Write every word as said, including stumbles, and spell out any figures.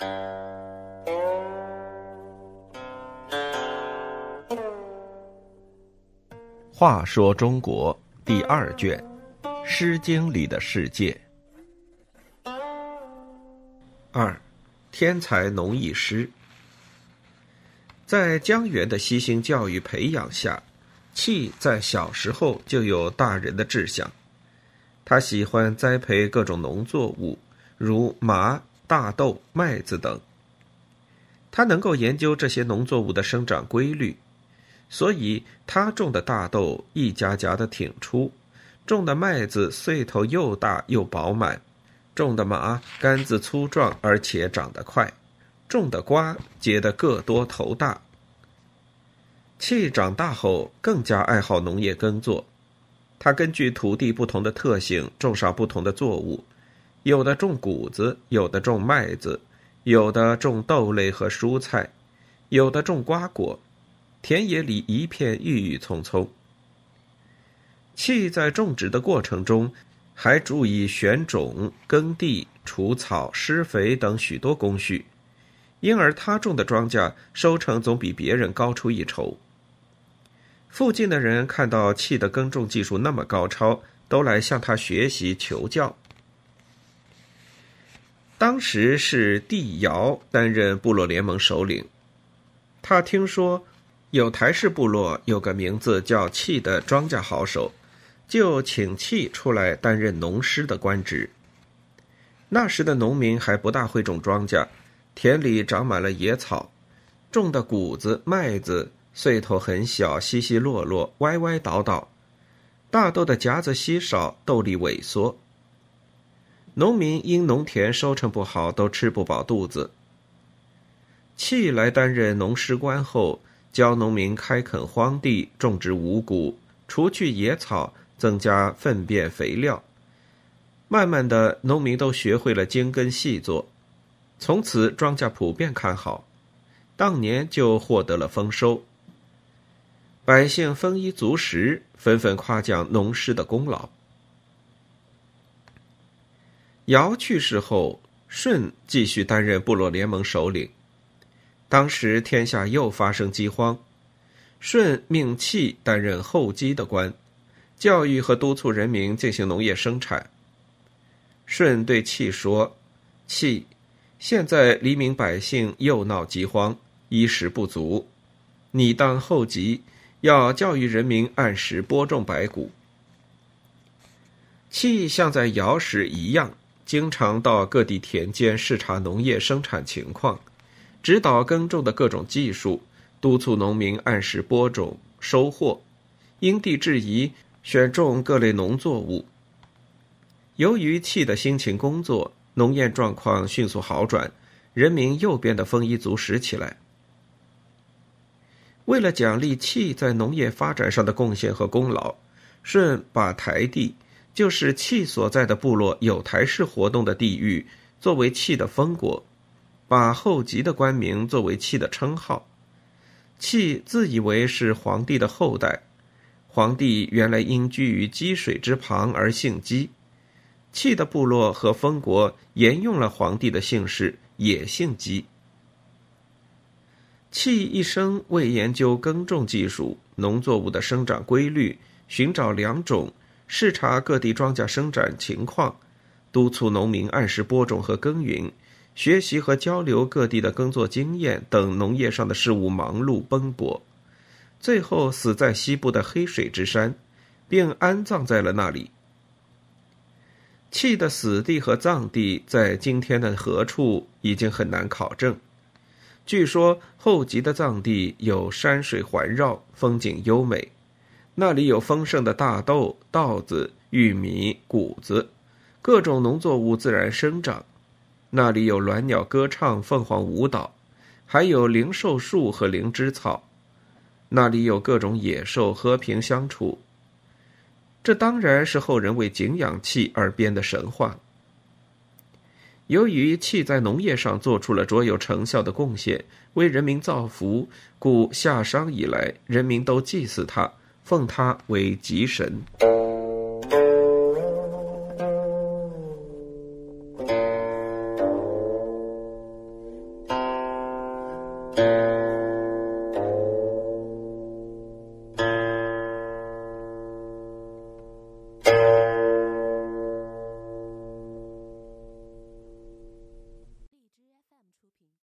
话说中国第二卷，《诗经》里的世界。二，天才农艺师。在姜源的悉心教育培养下，契在小时候就有大人的志向。他喜欢栽培各种农作物，如麻、大豆、麦子等。他能够研究这些农作物的生长规律，所以他种的大豆一荚荚的挺出，种的麦子穗头又大又饱满，种的麻杆子粗壮而且长得快，种的瓜结得个多头大。契长大后更加爱好农业耕作，他根据土地不同的特性种上不同的作物，有的种谷子，有的种麦子，有的种豆类和蔬菜，有的种瓜果，田野里一片郁郁葱葱。契在种植的过程中还注意选种、耕地、除草、施肥等许多工序，因而他种的庄稼收成总比别人高出一筹。附近的人看到契的耕种技术那么高超，都来向他学习求教。当时是帝尧担任部落联盟首领，他听说有台氏部落有个名字叫契的庄稼好手，就请契出来担任农师的官职。那时的农民还不大会种庄稼，田里长满了野草，种的谷子、麦子穗头很小，稀稀落落，歪歪倒倒，大豆的荚子稀少，豆粒萎缩。农民因农田收成不好，都吃不饱肚子。契来担任农师官后，教农民开垦荒地，种植五谷，除去野草，增加粪便肥料。慢慢的，农民都学会了精耕细作，从此庄稼普遍看好，当年就获得了丰收。百姓丰衣足食，纷纷夸奖农师的功劳。尧去世后，舜继续担任部落联盟首领。当时天下又发生饥荒，舜命契担任后继的官，教育和督促人民进行农业生产。舜对契说：契，现在黎民百姓又闹饥荒，衣食不足，你当后继，要教育人民按时播种百谷。契像在尧时一样，经常到各地田间视察农业生产情况，指导耕种的各种技术，督促农民按时播种、收获，因地制宜选种各类农作物。由于契的辛勤工作，农业状况迅速好转，人民又变得丰衣足食起来。为了奖励契在农业发展上的贡献和功劳，舜把台地，就是契所在的部落有台氏活动的地域，作为契的封国，把后继的官名作为契的称号。契自以为是皇帝的后代，皇帝原来因居于积水之旁而姓姬，契的部落和封国沿用了皇帝的姓氏，也姓姬。契一生为研究耕种技术、农作物的生长规律，寻找良种，视察各地庄稼生长情况，督促农民按时播种和耕耘，学习和交流各地的耕作经验等农业上的事务，忙碌奔波，最后死在西部的黑水之山，并安葬在了那里。契的死地和葬地在今天的何处已经很难考证。据说后继的葬地有山水环绕，风景优美，那里有丰盛的大豆、稻子、玉米、谷子，各种农作物自然生长，那里有鸾鸟歌唱、凤凰舞蹈，还有灵兽树和灵芝草，那里有各种野兽和平相处。这当然是后人为敬仰契而编的神话。由于契在农业上做出了卓有成效的贡献，为人民造福，故夏商以来，人民都祭祀他，奉他为吉神。